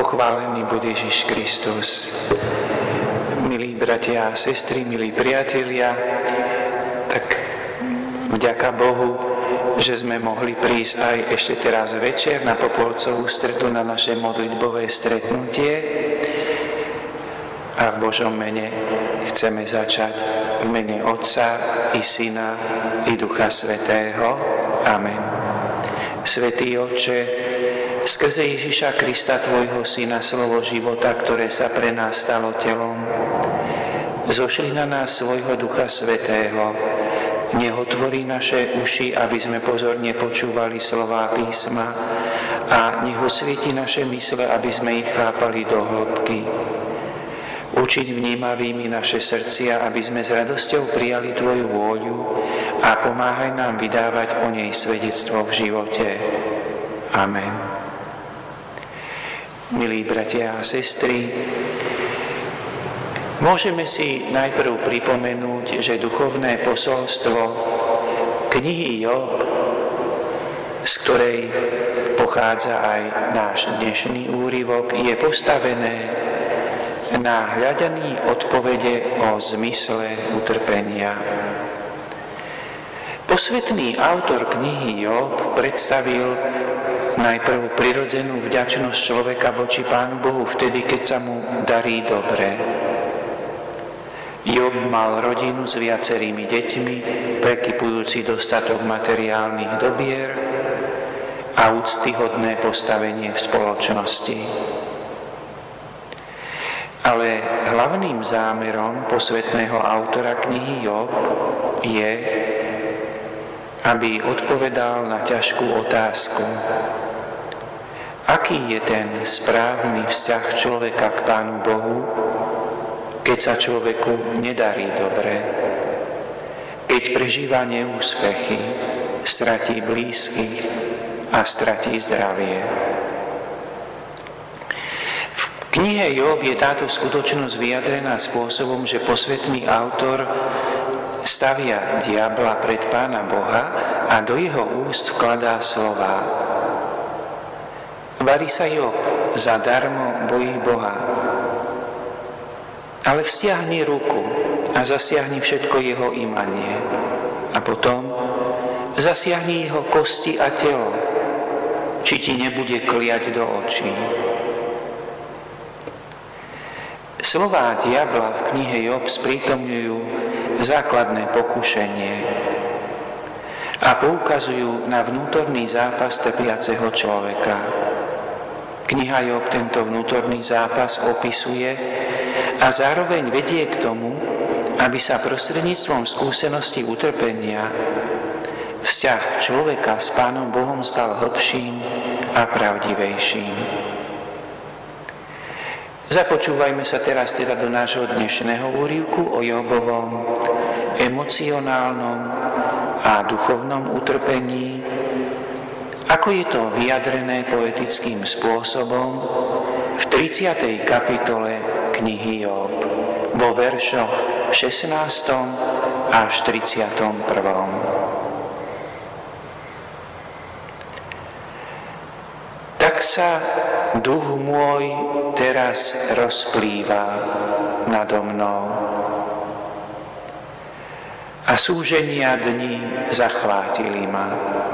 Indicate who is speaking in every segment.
Speaker 1: Pochválený bude Ježiš Kristus. Milí bratia a sestry, milí priatelia, tak vďaka Bohu, že sme mohli prísť aj ešte teraz večer na Popolcovú stredu na naše modlitbové stretnutie. A v Božom mene chceme začať v mene Otca i Syna i Ducha Svätého. Amen. Svätý Otče, skrze Ježiša Krista, Tvojho Syna, slovo života, ktoré sa pre nás stalo telom, zošli na nás svojho Ducha Svätého. Nech otvorí naše uši, aby sme pozorne počúvali slová písma, a nech osvieti naše mysle, aby sme ich chápali do hĺbky. Učiť vnímavými naše srdcia, aby sme s radosťou prijali Tvoju vôľu, a pomáhaj nám vydávať o nej svedectvo v živote. Amen. Milí bratia a sestry, môžeme si najprv pripomenúť, že duchovné posolstvo knihy Job, z ktorej pochádza aj náš dnešný úryvok, je postavené na hľadaní odpovede o zmysle utrpenia. Posvetný autor knihy Job predstavil najprv prirodzenú vďačnosť človeka voči Pánu Bohu vtedy, keď sa mu darí dobre. Job mal rodinu s viacerými deťmi, prekypujúci dostatok materiálnych dobier a úctyhodné postavenie v spoločnosti. Ale hlavným zámerom posvetného autora knihy Job je, aby odpovedal na ťažkú otázku. Aký je ten správny vzťah človeka k Pánu Bohu, keď sa človeku nedarí dobre, keď prežíva neúspechy, stratí blízkych a stratí zdravie? V knihe Job je táto skutočnosť vyjadrená spôsobom, že posvetný autor stavia diabla pred Pána Boha a do jeho úst vkladá slová. Varí sa Job, zadarmo bojí Boha. Ale vzťahni ruku a zasiahni všetko jeho imanie. A potom zasiahni jeho kosti a telo, či ti nebude kliať do očí. Slová diabla v knihe Job sprítomňujú základné pokušenie a poukazujú na vnútorný zápas trpiaceho človeka. Kniha Job tento vnútorný zápas opisuje a zároveň vedie k tomu, aby sa prostredníctvom skúsenosti utrpenia vzťah človeka s Pánom Bohom stal hlbším a pravdivejším. Započúvajme sa teraz teda do nášho dnešného úryvku o Jobovom emocionálnom a duchovnom utrpení, ako je to vyjadrené poetickým spôsobom v 30. kapitole knihy Job, vo veršoch 16. až 31. Tak sa duch môj teraz rozplýva nado mnou a súženia dní zachvátili ma.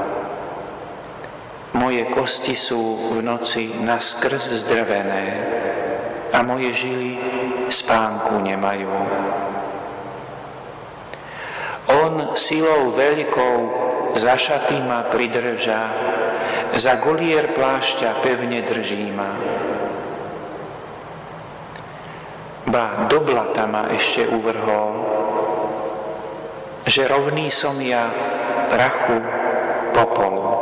Speaker 1: Moje kosti sú v noci naskrz zdrvené a moje žily spánku nemajú. On silou veľkou za šaty ma pridrža, za golier plášťa pevne drží ma. Ba do blata ma ešte uvrhol, že rovný som ja prachu popolu.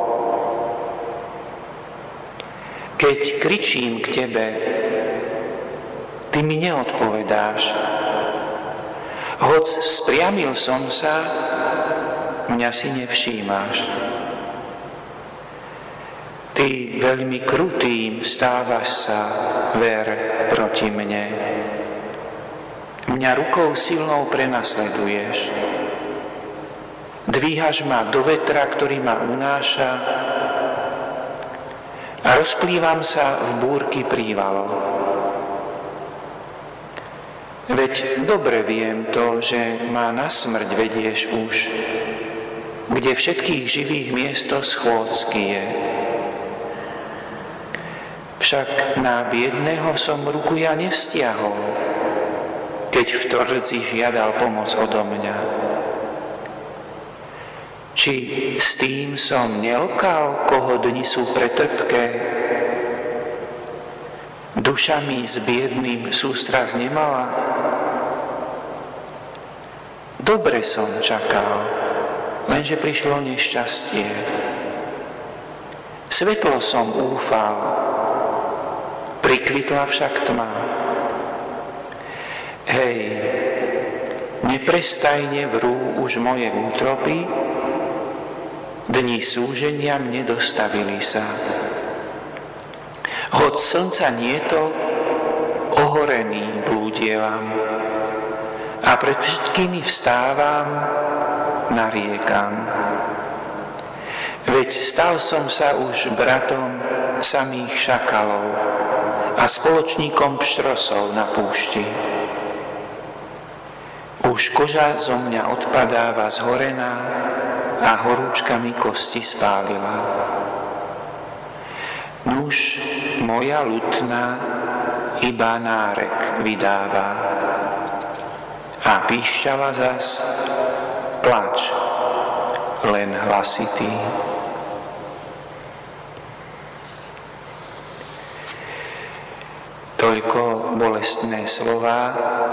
Speaker 1: Keď kričím k Tebe, Ty mi neodpovedáš. Hoc spriamil som sa, mňa si nevšímáš. Ty veľmi krutým stávaš sa, ver, proti mne. Mňa rukou silnou prenasleduješ. Dvíhaš ma do vetra, ktorý ma unáša, a rozplývam sa v búrky prívaloch. Veď dobre viem to, že ma na smrť vedieš už, kde všetkých živých miesto schôdzky je. Však na biedného som ruku ja nevzťahol, keď v tvrdzi žiadal pomoc odo mňa. Či s tým som nelkal, koho dni sú pretrpké? Duša mi s biedným sústrast nemala? Dobre som čakal, lenže prišlo nešťastie. Svetlo som úfal, prikvitla však tma. Hej, neprestajne vrú už moje útropy, dni súženia mne dostavili sa. Hoď slnca nieto, ohorený blúdievam a pred všetkými vstávam, nariekam. Veď stal som sa už bratom samých šakalov a spoločníkom pštrosov na púšti. Už koža zo mňa odpadáva zhorená a horúčkami kosti spálila. Nuž moja lutna iba nárek vydáva a píšťala zas plač len hlasitý. Toľko bolestné slová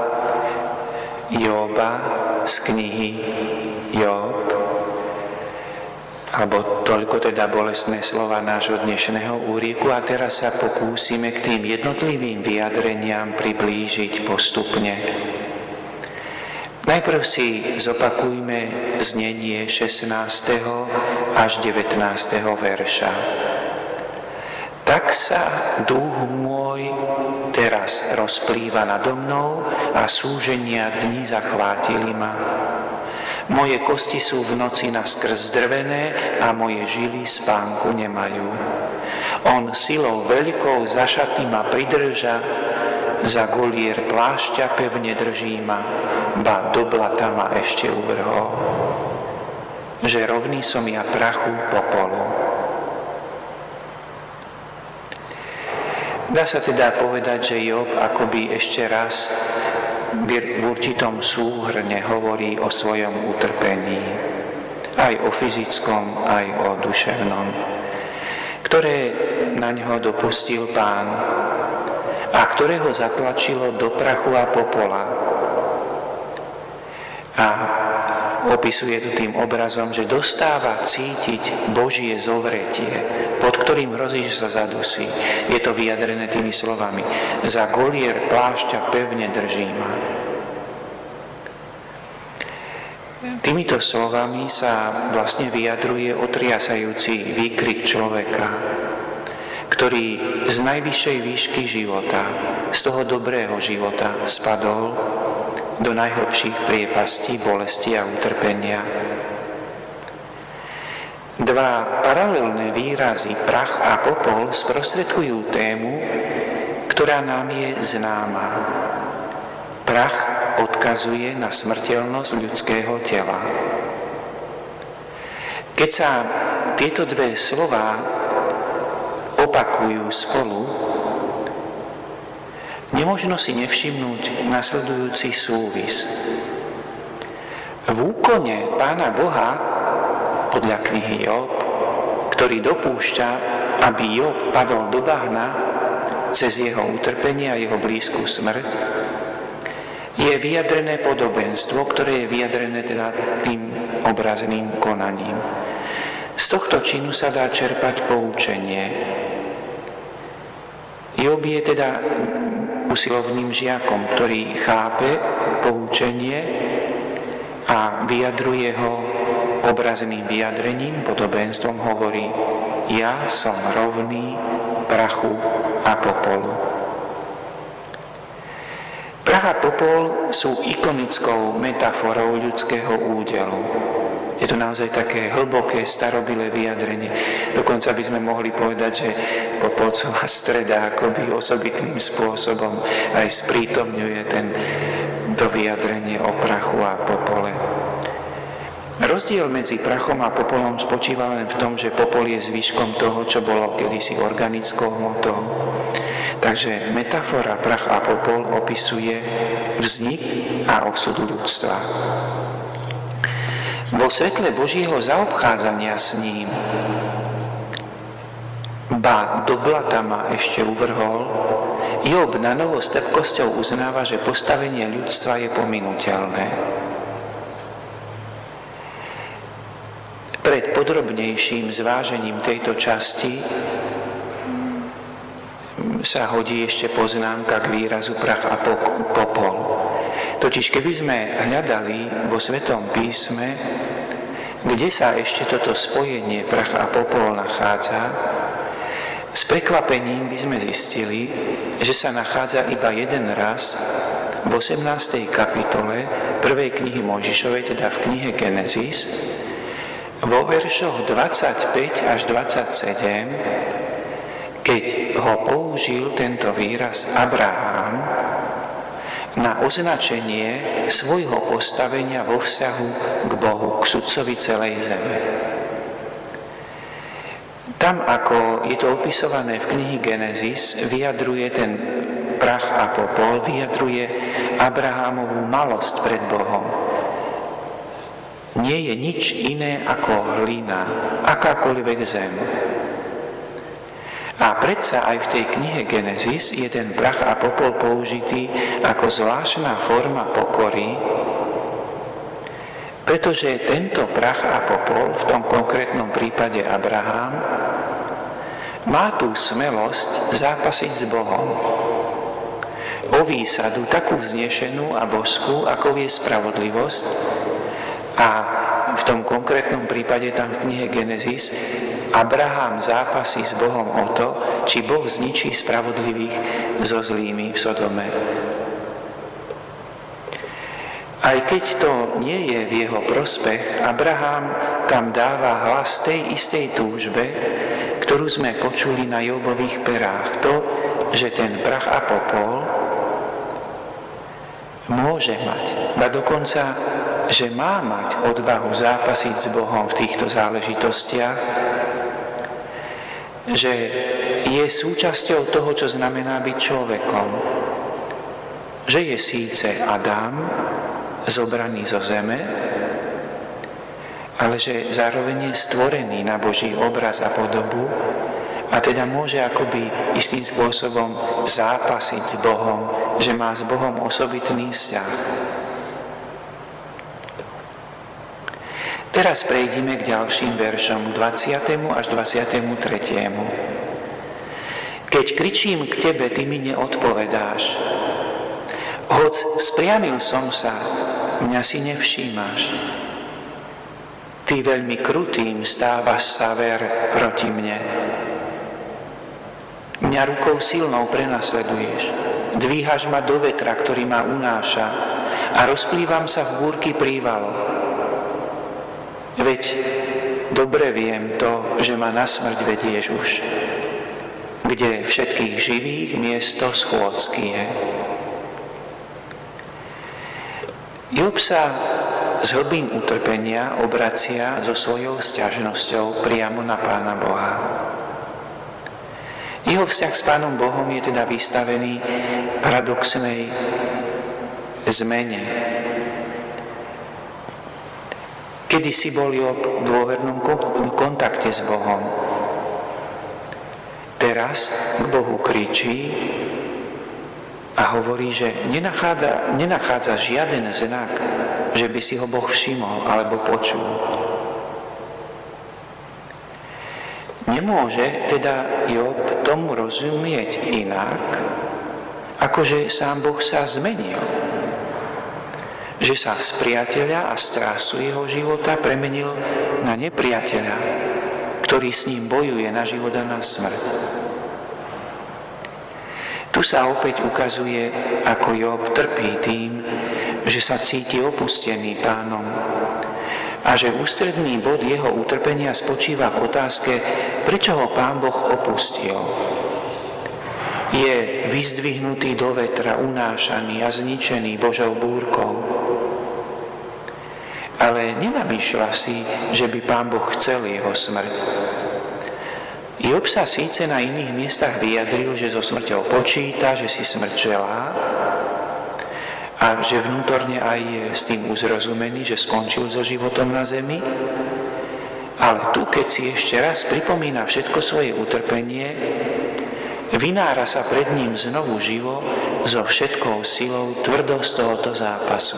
Speaker 1: Jóba z knihy Jób, alebo toľko teda bolestné slova nášho dnešného úryvku, a teraz sa pokúsime k tým jednotlivým vyjadreniam priblížiť postupne. Najprv si zopakujme znenie 16. až 19. verša. Tak sa duch môj teraz rozplýva nado mnou a súženia dni zachvátili ma. Moje kosti sú v noci naskrz zdrvené a moje žily spánku nemajú. On silou veľkou za šaty ma pridrža, za golier plášťa pevne drží ma, ba do blata ma ešte uvrhol. Že rovný som ja prachu popolu. Dá sa teda povedať, že Jób akoby ešte raz v určitom súhrne hovorí o svojom utrpení, aj o fyzickom, aj o duševnom, ktoré na ňo dopustil Pán a ktoré ho zatlačilo do prachu a popola. A opisuje tu tým obrazom, že dostáva cítiť Božie zovretie, pod ktorým hrozí, že sa zadusí. Je to vyjadrené tými slovami: za golier plášťa pevne drží ma. Týmito slovami sa vlastne vyjadruje otriasajúci výkrik človeka, ktorý z najvyššej výšky života, z toho dobrého života spadol do najhlbších priepastí bolesti a utrpenia. Dva paralelné výrazy prach a popol sprostredkujú tému, ktorá nám je známa. Prach odkazuje na smrteľnosť ľudského tela. Keď sa tieto dve slová opakujú spolu, nemožno si nevšimnúť nasledujúci súvis. V úkone Pána Boha, podľa knihy Jób, ktorý dopúšťa, aby Jób padol do bahna cez jeho utrpenie a jeho blízku smrť, je vyjadrené podobenstvo, ktoré je vyjadrené teda tým obrazným konaním. Z tohto činu sa dá čerpať poučenie. Jób je teda usilovným žiakom, ktorý chápe poučenie a vyjadruje ho obrazným vyjadrením, podobenstvom, hovorí: ja som rovný prachu a popolu. Prach a popol sú ikonickou metaforou ľudského údelu. Je to naozaj také hlboké, starobilé vyjadrenie. Dokonca by sme mohli povedať, že Popolcová streda akoby osobitným spôsobom aj sprítomňuje to vyjadrenie o prachu a popole. Rozdiel medzi prachom a popolom spočíva len v tom, že popol je zvyškom toho, čo bolo kedysi organickou hmotou. Takže metafora prach a popol opisuje vznik a osud ľudstva. Vo svetle Božieho zaobchádzania s ním, ba do blata ma ešte uvrhol, Job na novo s trpkosťou uznáva, že postavenie ľudstva je pominuteľné. Pred podrobnejším zvážením tejto časti sa hodí ešte poznámka k výrazu prach a popol. Totiž keby sme hľadali vo Svetom písme, kde sa ešte toto spojenie prach a popol nachádza, s prekvapením by sme zistili, že sa nachádza iba jeden raz v 18. kapitole 1. knihy Mojžišovej, teda v knihe Genesis, vo veršoch 25 až 27, keď ho použil tento výraz Abraham na označenie svojho postavenia vo vzťahu k Bohu, k sudcovi celej zeme. Tam, ako je to opisované v knihe Genesis, vyjadruje ten prach a popol, vyjadruje Abrahámovú malosť pred Bohom. Nie je nič iné ako hlina, akákoľvek zem. A predsa aj v tej knihe Genesis je ten prach a popol použitý ako zvláštna forma pokory, pretože tento prach a popol, v tom konkrétnom prípade Abraham, má tú smelosť zápasiť s Bohom. O výsadu takú vznešenú a božskú, ako je spravodlivosť, a v tom konkrétnom prípade tam v knihe Genesis Abraham zápasí s Bohom o to, či Boh zničí spravodlivých so zlými v Sodome. Aj keď to nie je v jeho prospech, Abraham tam dáva hlas tej istej túžbe, ktorú sme počuli na Jobových perách. To, že ten prach a popol môže mať, a dokonca, že má mať odvahu zápasiť s Bohom v týchto záležitostiach, že je súčasťou toho, čo znamená byť človekom. Že je síce Adam, zobraný zo zeme, ale že zároveň je stvorený na Boží obraz a podobu a teda môže akoby istým spôsobom zápasiť s Bohom, že má s Bohom osobitný vzťah. Teraz prejdime k ďalším veršom, 20. až 23. Keď kričím k tebe, ty mi neodpovedáš. Hoc spriamil som sa, mňa si nevšímaš. Ty veľmi krutým stávaš sa ver proti mne. Mňa rukou silnou prenasleduješ. Dvíhaš ma do vetra, ktorý ma unáša a rozplývam sa v búrky prívaloch. Veď dobre viem to, že ma na smrť vedieš už, kde všetkých živých miesto schôdzky je. Job sa z hlbín utrpenia obracia so svojou sťažnosťou priamo na Pána Boha. Jeho vzťah s Pánom Bohom je teda vystavený paradoxnej zmene. Kedysi bol Job v dôvernom kontakte s Bohom. Teraz k Bohu kričí a hovorí, že nenachádza žiaden znak, že by si ho Boh všimol alebo počul. Nemôže teda Job tomu rozumieť inak, ako že sám Boh sa zmenil. Že sa z priateľa a strásu jeho života premenil na nepriateľa, ktorý s ním bojuje na život a na smrť. Tu sa opäť ukazuje, ako Job trpí tým, že sa cíti opustený Pánom, a že ústredný bod jeho utrpenia spočíva v otázke, prečo ho Pán Boh opustil. Je vyzdvihnutý do vetra, unášaný a zničený Božou búrkou. Ale nenamýšľa si, že by Pán Boh chcel jeho smrť. Job sa síce na iných miestach vyjadril, že so smrťou počíta, že si smrť želá a že vnútorne aj je s tým uzrozumený, že skončil so životom na zemi. Ale tu, keď si ešte raz pripomína všetko svoje utrpenie, vynára sa pred ním znovu živo so všetkou silou tvrdosť tohoto zápasu.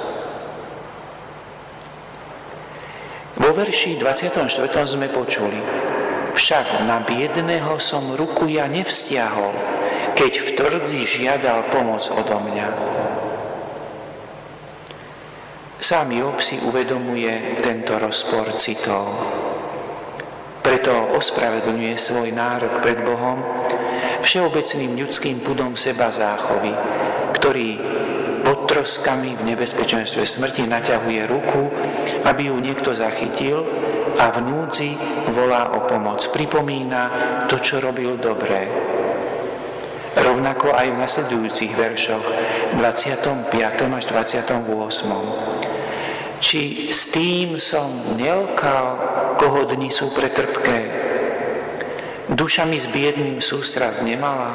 Speaker 1: Vo verši 24. sme počuli: však na biedného som ruku ja nevzťahol, keď v tvrdzi žiadal pomoc odo mňa. Sám Job si uvedomuje tento rozpor citov. Preto ospravedlňuje svoj nárok pred Bohom všeobecným ľudským pudom seba záchovy, ktorý pod troskami v nebezpečenstve smrti naťahuje ruku, aby ju niekto zachytil, a v núdzi volá o pomoc. Pripomína to, čo robil dobré. Rovnako aj v nasledujúcich veršoch 25. až 28. Či s tým som nelkal, koho dni sú pretrpké, duša mi s biedným sústrasť nemala.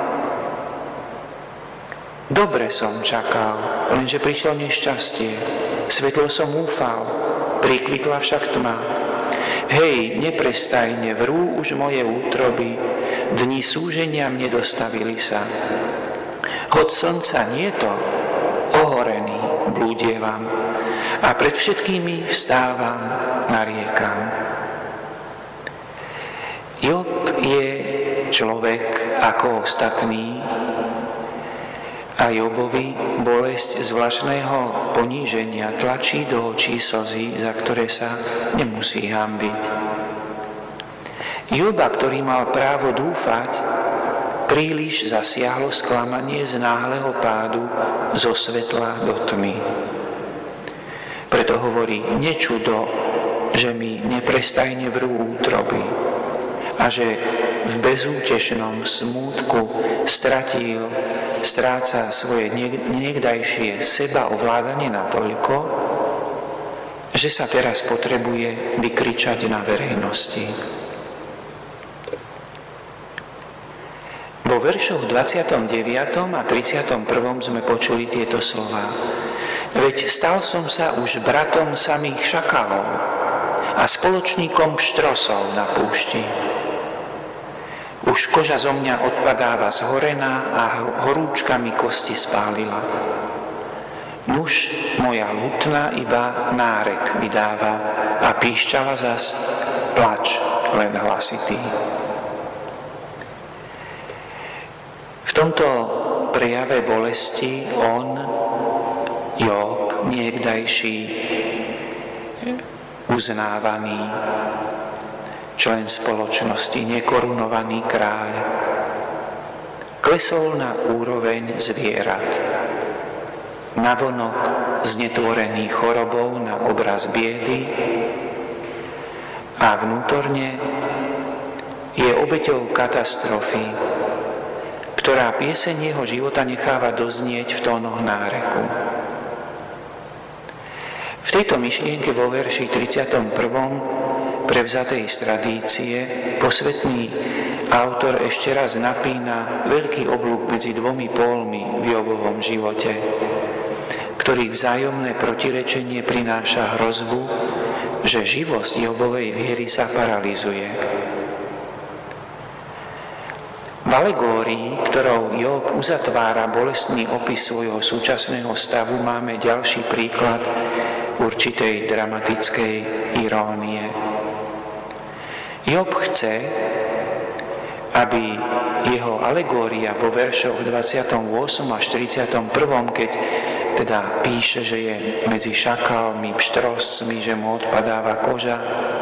Speaker 1: Dobre som čakal, lenže prišlo nešťastie. Svetlo som úfal, prikvitla však tma. Hej, neprestajne vrú už moje útroby, dni súženia mne dostavili sa. Hoď slnca nie to, ohorený blúdievam a pred všetkými vstávam, nariekam. Job je človek ako ostatný a Jobovi bolesť zvláštneho poníženia tlačí do očí slzy, za ktoré sa nemusí hanbiť. Joba, ktorý mal právo dúfať, príliš zasiahlo sklamanie z náhleho pádu zo svetla do tmy. Preto hovorí: nečudo, že mi neprestajne vrú útroby a že v bezútešnom smútku stráca svoje niekdajšie sebaovládanie natoľko, že sa teraz potrebuje vykričať na verejnosti. Vo veršoch 29. a 31. sme počuli tieto slová: veď stal som sa už bratom samých šakalov a spoločníkom pštrosov na púšti. Už koža zo mňa odpadáva zhorená a horúčka mi kosti spálila. Nuž moja lutna iba nárek vydáva a píšťala zas plač len hlasitý. V tomto prejave bolesti Job, niekdajší uznávaný člen spoločnosti, nekorunovaný kráľ, klesol na úroveň zvierat. Navonok znetvorený chorobou na obraz biedy a vnútorne je obeťou katastrofy, ktorá pieseň jeho života necháva doznieť v tónoch náreku. V tejto myšlienke vo verši 31. prevzatej z tradície posvetný autor ešte raz napína veľký oblúk medzi dvomi pólmi v Jobovom živote, ktorých vzájomné protirečenie prináša hrozbu, že živosť Jobovej viery sa paralizuje. V alegórii, ktorou Job uzatvára bolestný opis svojho súčasného stavu, máme ďalší príklad určitej dramatickej irónie. Job chce, aby jeho alegória vo veršoch 28 až 41, keď teda píše, že je medzi šakalmi, pštrosmi, že mu odpadáva koža,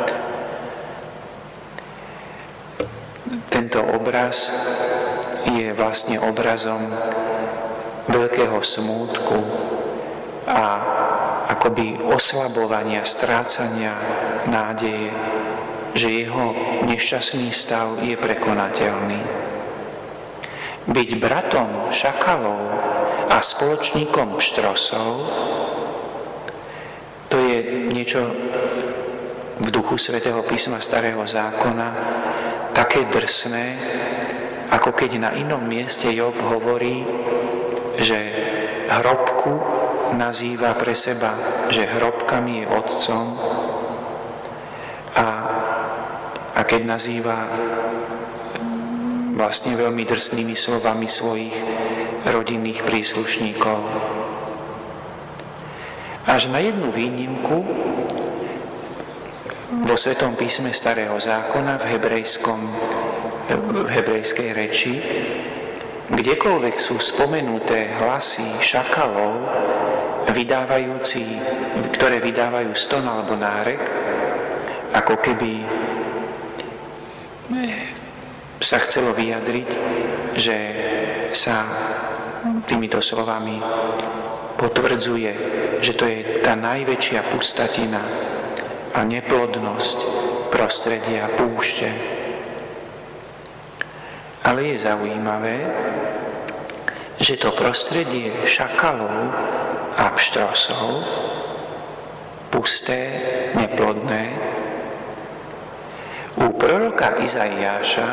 Speaker 1: tento obraz je vlastne obrazom veľkého smútku a akoby oslabovania, strácania nádeje, že jeho nešťastný stav je prekonateľný. Byť bratom šakalov a spoločníkom pštrosov, to je niečo v duchu Svätého písma Starého zákona také drsné, ako keď na inom mieste Job hovorí, že hrobku nazýva pre seba, že hrobka mi je otcom, a keď nazýva vlastne veľmi drsnými slovami svojich rodinných príslušníkov. Až na jednu výnimku vo Svätom písme Starého zákona v hebrejskej reči, kdekoľvek sú spomenuté hlasy šakalov, ktoré vydávajú ston alebo nárek, ako keby sa chcelo vyjadriť, že sa týmito slovami potvrdzuje, že to je tá najväčšia pustatina a neplodnosť prostredia púšte. Ale je zaujímavé, že to prostredie šakalov a pštrosov, pusté, neplodné, u proroka Izaiáša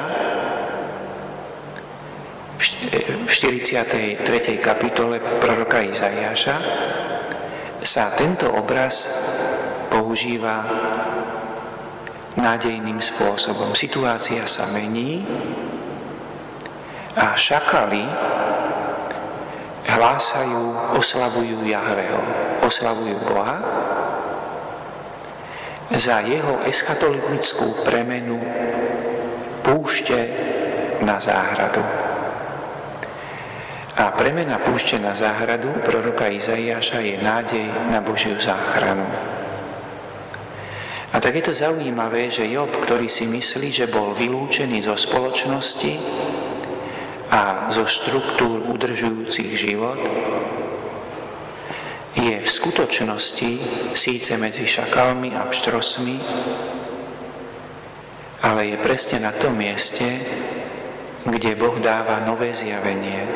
Speaker 1: v 43. kapitole proroka Izaiáša sa tento obraz používa nádejným spôsobom. Situácia sa mení a šakali hlásajú, oslavujú Jahveho, oslavujú Boha za jeho eschatologickú premenu púšte na záhradu. A premena púšte na záhradu proroka Izaiáša je nádej na Božiu záchranu. A tak je to zaujímavé, že Job, ktorý si myslí, že bol vylúčený zo spoločnosti a zo štruktúr udržujúcich život, je v skutočnosti síce medzi šakalmi a pštrosmi, ale je presne na tom mieste, kde Boh dáva nové zjavenie,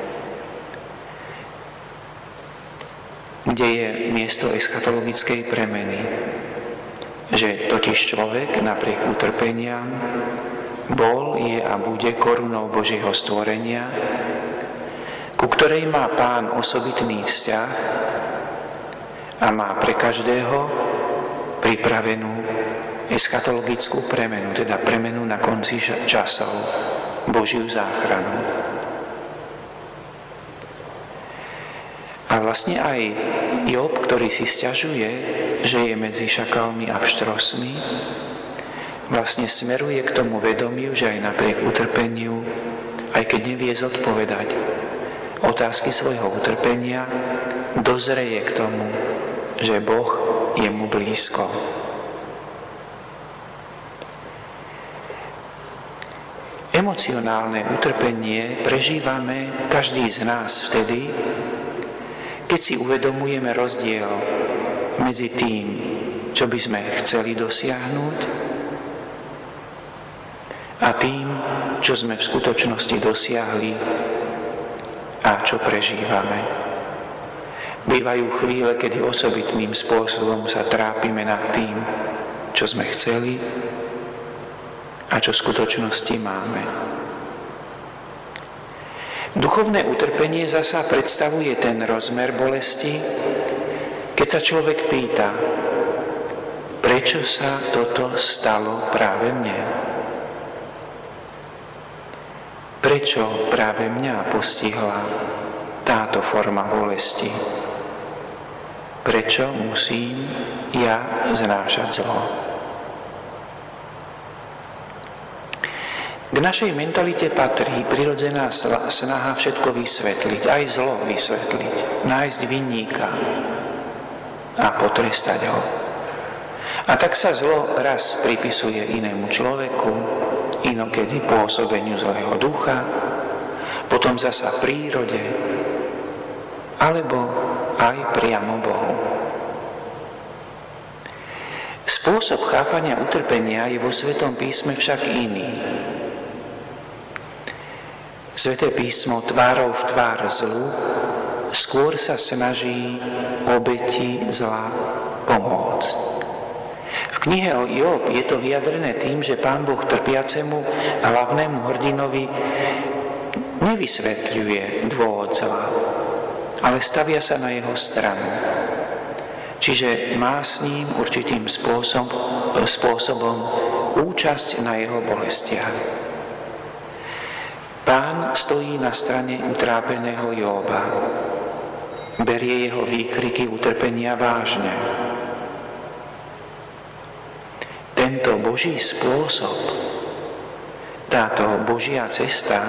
Speaker 1: kde je miesto eschatologickej premeny, že totiž človek napriek utrpeniam bol, je a bude korunou Božieho stvorenia, ku ktorej má Pán osobitný vzťah a má pre každého pripravenú eschatologickú premenu, teda premenu na konci časov, Božiu záchranu. A vlastne aj Job, ktorý si sťažuje, že je medzi šakalmi a pštrosmi, vlastne smeruje k tomu vedomiu, že aj napriek utrpeniu, aj keď nevie zodpovedať otázky svojho utrpenia, dozreje k tomu, že Boh je mu blízko. Emocionálne utrpenie prežívame každý z nás vtedy, keď si uvedomujeme rozdiel medzi tým, čo by sme chceli dosiahnuť, a tým, čo sme v skutočnosti dosiahli a čo prežívame. Bývajú chvíle, kedy osobitným spôsobom sa trápime nad tým, čo sme chceli a čo v skutočnosti máme. Duchovné utrpenie zasa predstavuje ten rozmer bolesti, keď sa človek pýta, prečo sa toto stalo práve mne? Prečo práve mňa postihla táto forma bolesti? Prečo musím ja znášať zlo? K našej mentalite patrí prirodzená snaha všetko vysvetliť, aj zlo vysvetliť, nájsť vinníka a potrestať ho. A tak sa zlo raz pripisuje inému človeku, inokedy pôsobeniu zlého ducha, potom zasa prírode, alebo aj priamo Bohu. Spôsob chápania utrpenia je vo Svetom písme však iný. Sveté písmo tvárou v tvár zlu skôr sa snaží obeti zla pomôcť. V knihe o Job je to vyjadrené tým, že Pán Boh trpiacemu hlavnému hrdinovi nevysvetľuje dôvod zla, ale stavia sa na jeho stranu. Čiže má s ním určitým spôsobom účasť na jeho bolestiach. Pán stojí na strane utrápeného Jóba. Berie jeho výkriky utrpenia vážne. Tento Boží spôsob, táto Božia cesta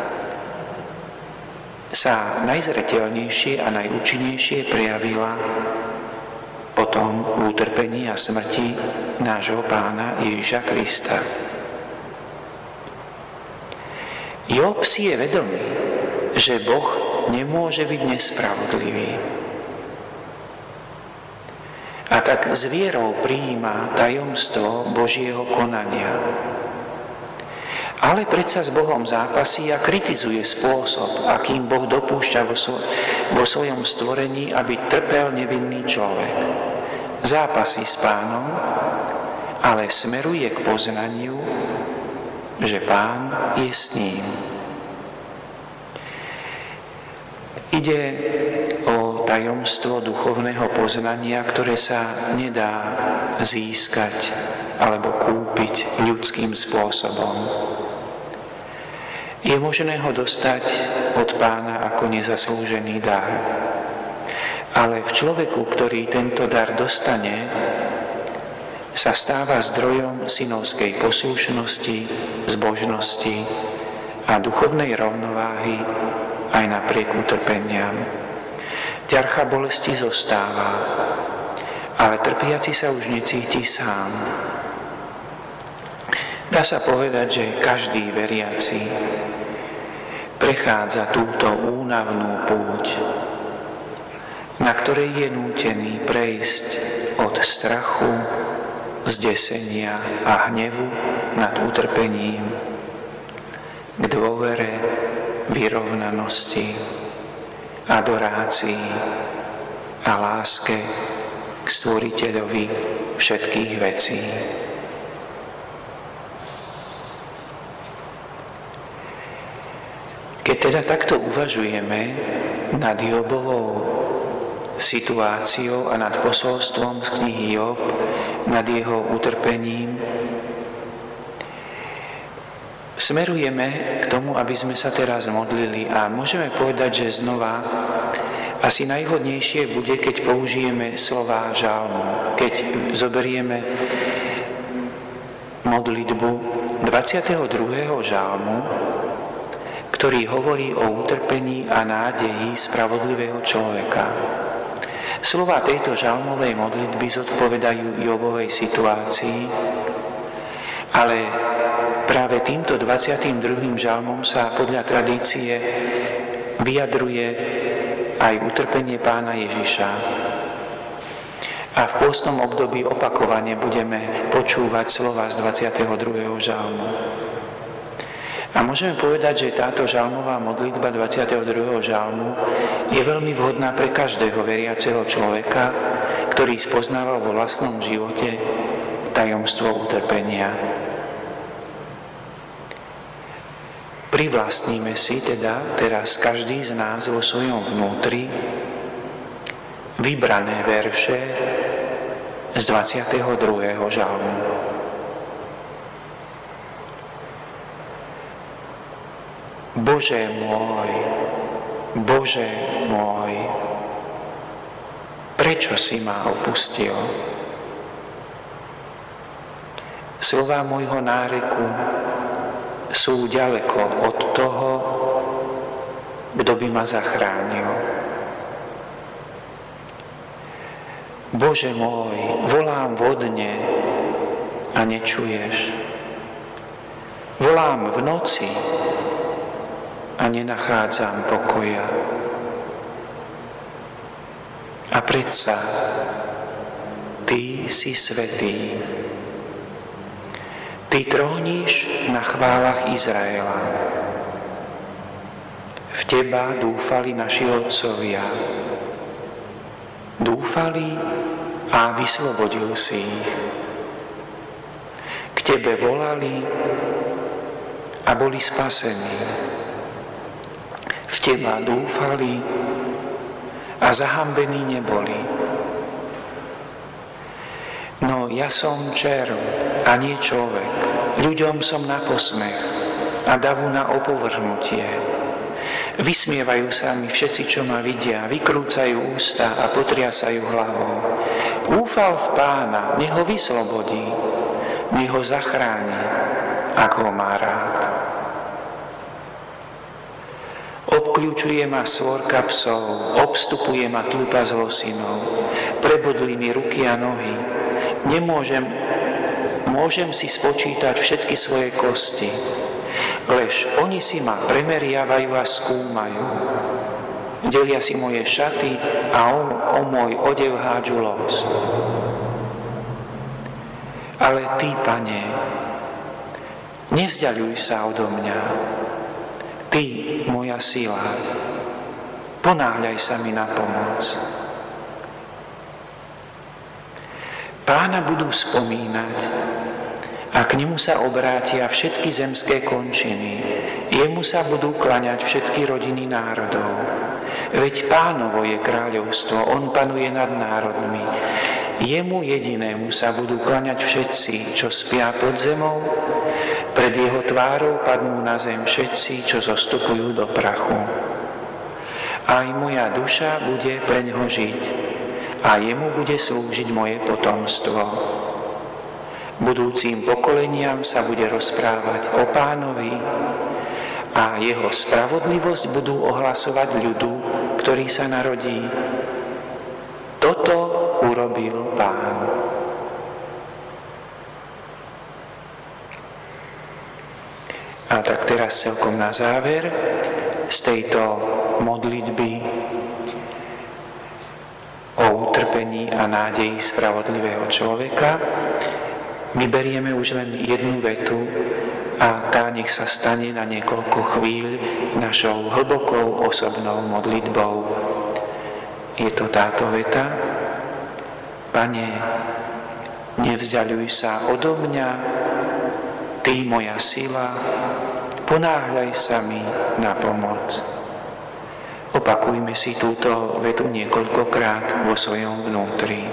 Speaker 1: sa najzreteľnejšie a najúčinnejšie prejavila potom v utrpení a smrti nášho Pána Ježiša Krista. Job si je vedomý, že Boh nemôže byť nespravodlivý. A tak s vierou prijíma tajomstvo Božieho konania. Ale predsa s Bohom zápasí a kritizuje spôsob, akým Boh dopúšťa vo svojom stvorení, aby trpel nevinný človek. Zápasí s Pánom, ale smeruje k poznaniu, že Pán je s ním. Ide o tajomstvo duchovného poznania, ktoré sa nedá získať alebo kúpiť ľudským spôsobom. Je možné ho dostať od Pána ako nezaslúžený dar. Ale v človeku, ktorý tento dar dostane, sa stáva zdrojom synovskej poslušnosti, zbožnosti a duchovnej rovnováhy aj napriek utrpeniam. Ťarcha bolesti zostáva, ale trpiaci sa už necíti sám. Dá sa povedať, že každý veriaci prechádza túto únavnú púť, na ktorej je nútený prejsť od strachu, zdesenia a hnevu nad utrpením k dôvere, vyrovnanosti, adorácii a láske k Stvoriteľovi všetkých vecí. Keď teda takto uvažujeme nad Jobovou situáciou a nad posolstvom z knihy Job, nad jeho utrpením, smerujeme k tomu, aby sme sa teraz modlili a môžeme povedať, že znova asi najvhodnejšie bude, keď použijeme slová žalmu, keď zoberieme modlitbu 22. žalmu, ktorý hovorí o utrpení a nádeji spravodlivého človeka. Slová tejto žalmovej modlitby zodpovedajú Jobovej situácii, ale práve týmto 22. žalmom sa podľa tradície vyjadruje aj utrpenie Pána Ježiša. A v pôstnom období opakovane budeme počúvať slová z 22. žalmu. A môžeme povedať, že táto žalmová modlitba 22. žalmu je veľmi vhodná pre každého veriaceho človeka, ktorý spoznával vo vlastnom živote tajomstvo utrpenia. Privlastníme si teda teraz každý z nás vo svojom vnútri vybrané verše z 22. žalmu. Bože môj, prečo si ma opustil? Slová môjho náreku sú ďaleko od toho, kto by ma zachránil. Bože môj, volám vodne a nečuješ. Volám v noci a nenachádzam pokoja. A predsa Ty si svätý. Ty tróniš na chválach Izraela. V Teba dúfali naši otcovia. Dúfali a vyslobodil si ich. K Tebe volali a boli spasení. V Teba dúfali a zahambení neboli. No ja som červ a nie človek. Ľuďom som na posmech a davu na opovrhnutie. Vysmievajú sa mi všetci, čo ma vidia, vykrúcajú ústa a potriasajú hlavou. Úfal v Pána, nech ho vyslobodí, nech ho zachráni, ako ho má rád. Obkľúčuje ma svorka psov, obstupuje ma tlupa zlosinov, prebodli mi ruky a nohy. Môžem si spočítať všetky svoje kosti, lež oni si ma premeriavajú a skúmajú. Delia si moje šaty a o môj odev hádžu los. Ale Ty, Pane, nevzdiaľuj sa odo mňa. Ty, moja sila, ponáhľaj sa mi na pomoc. Pána budú spomínať a k nemu sa obrátia všetky zemské končiny. Jemu sa budú klaňať všetky rodiny národov. Veď Pánovo je kráľovstvo, on panuje nad národmi. Jemu jedinému sa budú klaňať všetci, čo spia pod zemou. Pred jeho tvárou padnú na zem všetci, čo zostupujú do prachu. Aj moja duša bude pre ňoho žiť a jemu bude slúžiť moje potomstvo. Budúcim pokoleniam sa bude rozprávať o Pánovi a jeho spravodlivosť budú ohlasovať ľudu, ktorý sa narodí. Toto urobil Pán. A tak teraz celkom na záver z tejto modlitby o utrpení a nádeji spravodlivého človeka my berieme už len jednu vetu a tá nech sa stane na niekoľko chvíľ našou hlbokou osobnou modlitbou. Je to táto veta: Pane, nevzdiaľuj sa odo mňa, Ty moja sila, ponáhľaj sa mi na pomoc. Opakujme si túto vetu niekoľkokrát vo svojom vnútri.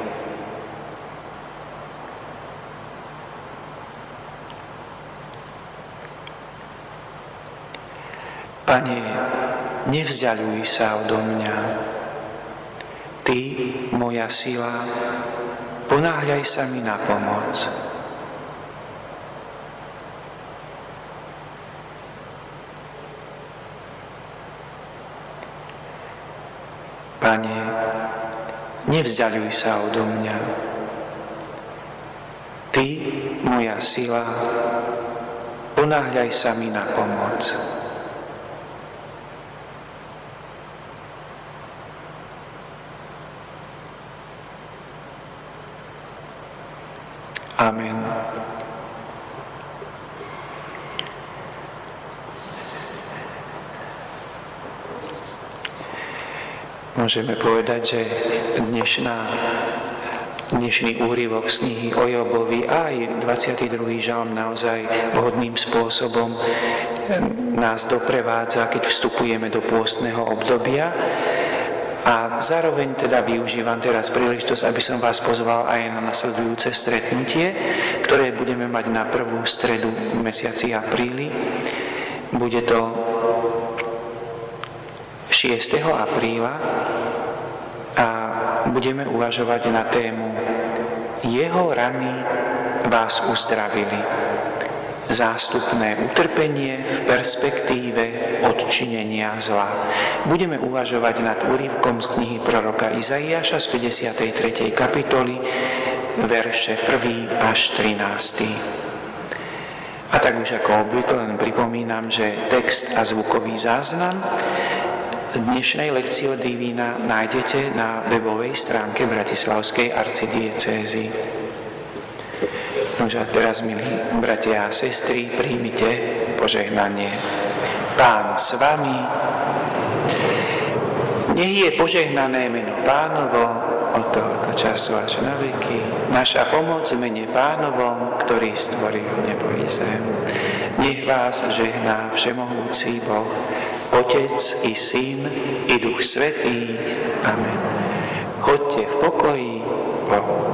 Speaker 1: Pane, nevzdiaľuj sa odo mňa. Ty, moja sila, ponáhľaj sa mi na pomoc. Pane, nevzdiaľuj sa odo mňa. Ty, moja sila, ponáhľaj sa mi na pomoc. Amen. Môžeme povedať, že dnešný úryvok z knihy o Jobovi a aj 22. žalm naozaj vhodným spôsobom nás doprevádza, keď vstupujeme do pôstneho obdobia. A zároveň teda využívam teraz príležitosť, aby som vás pozval aj na nasledujúce stretnutie, ktoré budeme mať na prvú stredu v mesiaci apríli. Bude to 6. apríla a budeme uvažovať na tému Jeho rany vás uzdravili. Zástupné utrpenie v perspektíve odčinenia zla. Budeme uvažovať nad úryvkom z knihy proroka Izaiáša z 53. kapitoly, verše 1. až 13. A tak už ako obvykle len pripomínam, že text a zvukový záznam dnešnej lekcie Divína nájdete na webovej stránke Bratislavskej arcidiecézy. Nože a teraz, milí bratia a sestry, príjmite požehnanie. Pán s vami, nech je požehnané meno Pánovo od tohoto času až na veky. Naša pomoc v mene Pánovom, ktorý stvoril nebo i zem. Nech vás žehná všemohúci Boh, Otec i Syn i Duch Svätý. Amen. Choďte v pokoji Bohu.